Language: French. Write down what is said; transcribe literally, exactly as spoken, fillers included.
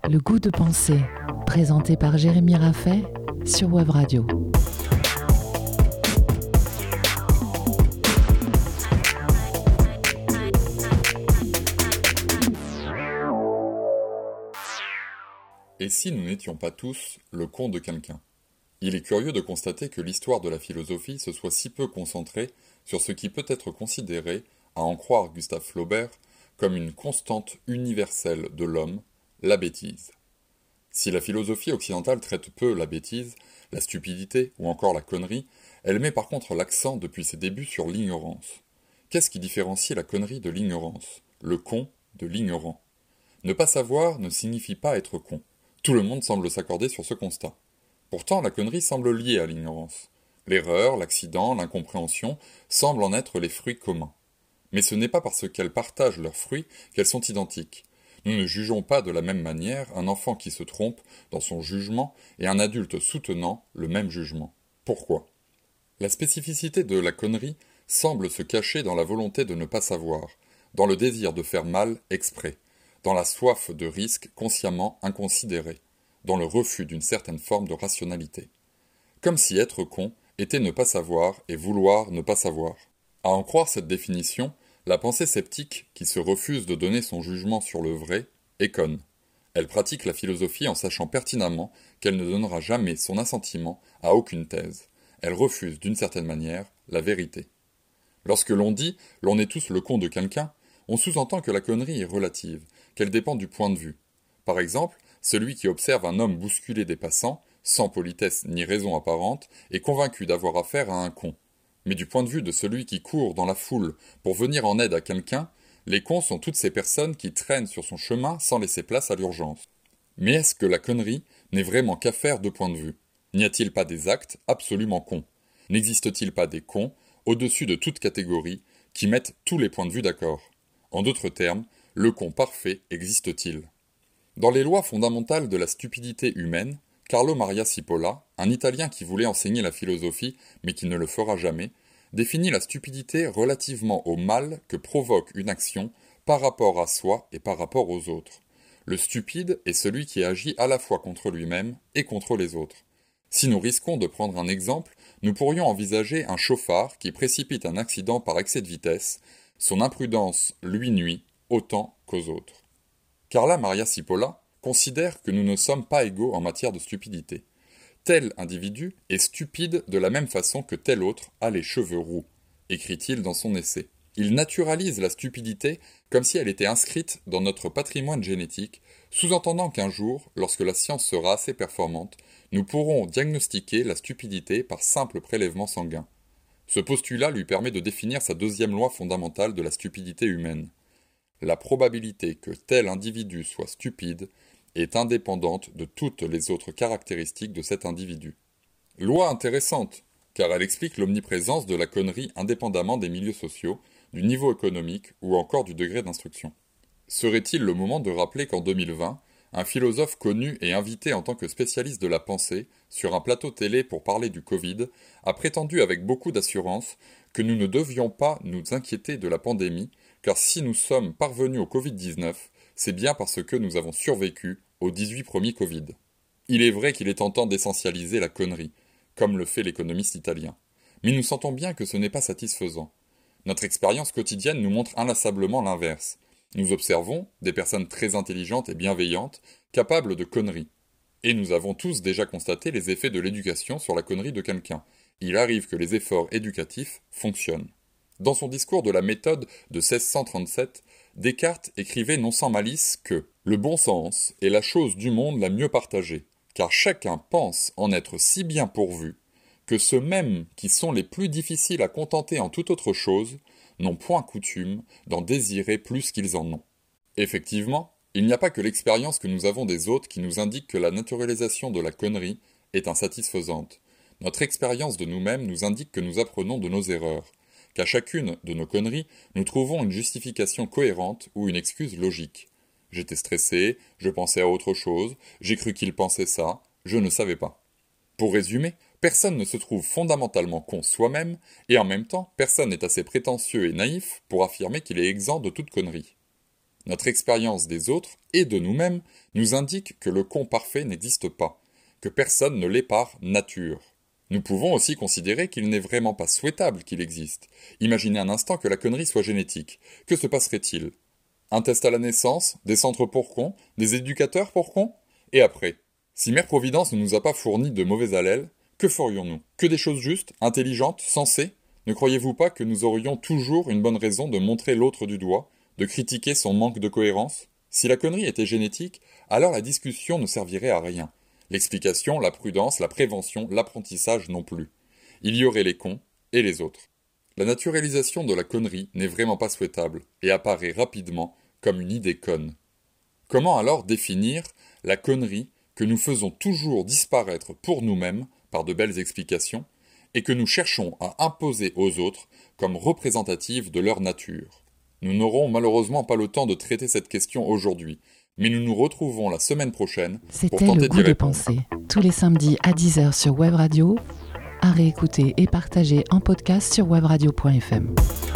Le goût de penser, présenté par Jérémy Raffet sur Web Radio. Et si nous n'étions pas tous le con de quelqu'un ? Il est curieux de constater que l'histoire de la philosophie se soit si peu concentrée sur ce qui peut être considéré, à en croire Gustave Flaubert, comme une constante universelle de l'homme, la bêtise. Si la philosophie occidentale traite peu la bêtise, la stupidité ou encore la connerie, elle met par contre l'accent depuis ses débuts sur l'ignorance. Qu'est-ce qui différencie la connerie de l'ignorance ? Le con de l'ignorant. Ne pas savoir ne signifie pas être con. Tout le monde semble s'accorder sur ce constat. Pourtant, la connerie semble liée à l'ignorance. L'erreur, l'accident, l'incompréhension semblent en être les fruits communs. Mais ce n'est pas parce qu'elles partagent leurs fruits qu'elles sont identiques. Nous ne jugeons pas de la même manière un enfant qui se trompe dans son jugement et un adulte soutenant le même jugement. Pourquoi ? La spécificité de la connerie semble se cacher dans la volonté de ne pas savoir, dans le désir de faire mal exprès, dans la soif de risque consciemment inconsidérée, dans le refus d'une certaine forme de rationalité. Comme si être con était ne pas savoir et vouloir ne pas savoir. À en croire cette définition, la pensée sceptique, qui se refuse de donner son jugement sur le vrai, est conne. Elle pratique la philosophie en sachant pertinemment qu'elle ne donnera jamais son assentiment à aucune thèse. Elle refuse, d'une certaine manière, la vérité. Lorsque l'on dit « l'on est tous le con de quelqu'un », on sous-entend que la connerie est relative, qu'elle dépend du point de vue. Par exemple, celui qui observe un homme bousculer des passants, sans politesse ni raison apparente, est convaincu d'avoir affaire à un con. Mais du point de vue de celui qui court dans la foule pour venir en aide à quelqu'un, les cons sont toutes ces personnes qui traînent sur son chemin sans laisser place à l'urgence. Mais est-ce que la connerie n'est vraiment qu'affaire de point de vue ? N'y a-t-il pas des actes absolument cons ? N'existe-t-il pas des cons, au-dessus de toute catégorie, qui mettent tous les points de vue d'accord ? En d'autres termes, le con parfait existe-t-il ? Dans les lois fondamentales de la stupidité humaine, Carlo Maria Cipolla, un Italien qui voulait enseigner la philosophie, mais qui ne le fera jamais, définit la stupidité relativement au mal que provoque une action par rapport à soi et par rapport aux autres. Le stupide est celui qui agit à la fois contre lui-même et contre les autres. Si nous risquons de prendre un exemple, nous pourrions envisager un chauffard qui précipite un accident par excès de vitesse. Son imprudence lui nuit autant qu'aux autres. Carla Maria Cipolla considère que nous ne sommes pas égaux en matière de stupidité. Tel individu est stupide de la même façon que tel autre a les cheveux roux, écrit-il dans son essai. Il naturalise la stupidité comme si elle était inscrite dans notre patrimoine génétique, sous-entendant qu'un jour, lorsque la science sera assez performante, nous pourrons diagnostiquer la stupidité par simple prélèvement sanguin. Ce postulat lui permet de définir sa deuxième loi fondamentale de la stupidité humaine. La probabilité que tel individu soit stupide est indépendante de toutes les autres caractéristiques de cet individu. Loi intéressante, car elle explique l'omniprésence de la connerie indépendamment des milieux sociaux, du niveau économique ou encore du degré d'instruction. Serait-il le moment de rappeler qu'en deux mille vingt, un philosophe connu et invité en tant que spécialiste de la pensée sur un plateau télé pour parler du Covid a prétendu avec beaucoup d'assurance que nous ne devions pas nous inquiéter de la pandémie, car si nous sommes parvenus au covid dix-neuf, c'est bien parce que nous avons survécu aux dix-huit premiers Covid. Il est vrai qu'il est tentant d'essentialiser la connerie, comme le fait l'économiste italien. Mais nous sentons bien que ce n'est pas satisfaisant. Notre expérience quotidienne nous montre inlassablement l'inverse. Nous observons des personnes très intelligentes et bienveillantes, capables de conneries. Et nous avons tous déjà constaté les effets de l'éducation sur la connerie de quelqu'un. Il arrive que les efforts éducatifs fonctionnent. Dans son discours de la méthode de seize cent trente-sept, Descartes écrivait non sans malice que « le bon sens est la chose du monde la mieux partagée, car chacun pense en être si bien pourvu que ceux mêmes qui sont les plus difficiles à contenter en toute autre chose n'ont point coutume d'en désirer plus qu'ils en ont. » Effectivement, il n'y a pas que l'expérience que nous avons des autres qui nous indique que la naturalisation de la connerie est insatisfaisante. Notre expérience de nous-mêmes nous indique que nous apprenons de nos erreurs, qu'à chacune de nos conneries, nous trouvons une justification cohérente ou une excuse logique. J'étais stressé, je pensais à autre chose, j'ai cru qu'il pensait ça, je ne savais pas. Pour résumer, personne ne se trouve fondamentalement con soi-même, et en même temps, personne n'est assez prétentieux et naïf pour affirmer qu'il est exempt de toute connerie. Notre expérience des autres et de nous-mêmes nous indique que le con parfait n'existe pas, que personne ne l'est par nature. Nous pouvons aussi considérer qu'il n'est vraiment pas souhaitable qu'il existe. Imaginez un instant que la connerie soit génétique. Que se passerait-il ? Un test à la naissance, des centres pour cons, des éducateurs pour cons ? Et après ? Si Mère Providence ne nous a pas fourni de mauvais allèles, que ferions-nous ? Que des choses justes, intelligentes, sensées ? Ne croyez-vous pas que nous aurions toujours une bonne raison de montrer l'autre du doigt, de critiquer son manque de cohérence ? Si la connerie était génétique, alors la discussion ne servirait à rien. L'explication, la prudence, la prévention, l'apprentissage non plus. Il y aurait les cons et les autres. La naturalisation de la connerie n'est vraiment pas souhaitable et apparaît rapidement comme une idée conne. Comment alors définir la connerie que nous faisons toujours disparaître pour nous-mêmes par de belles explications et que nous cherchons à imposer aux autres comme représentative de leur nature ? Nous n'aurons malheureusement pas le temps de traiter cette question aujourd'hui, mais nous nous retrouvons la semaine prochaine pour C'était tenter Le d'y Goût des répondre. Pensées, tous les samedis à dix heures sur Web Radio, à réécouter et partager en podcast sur webradio point f m.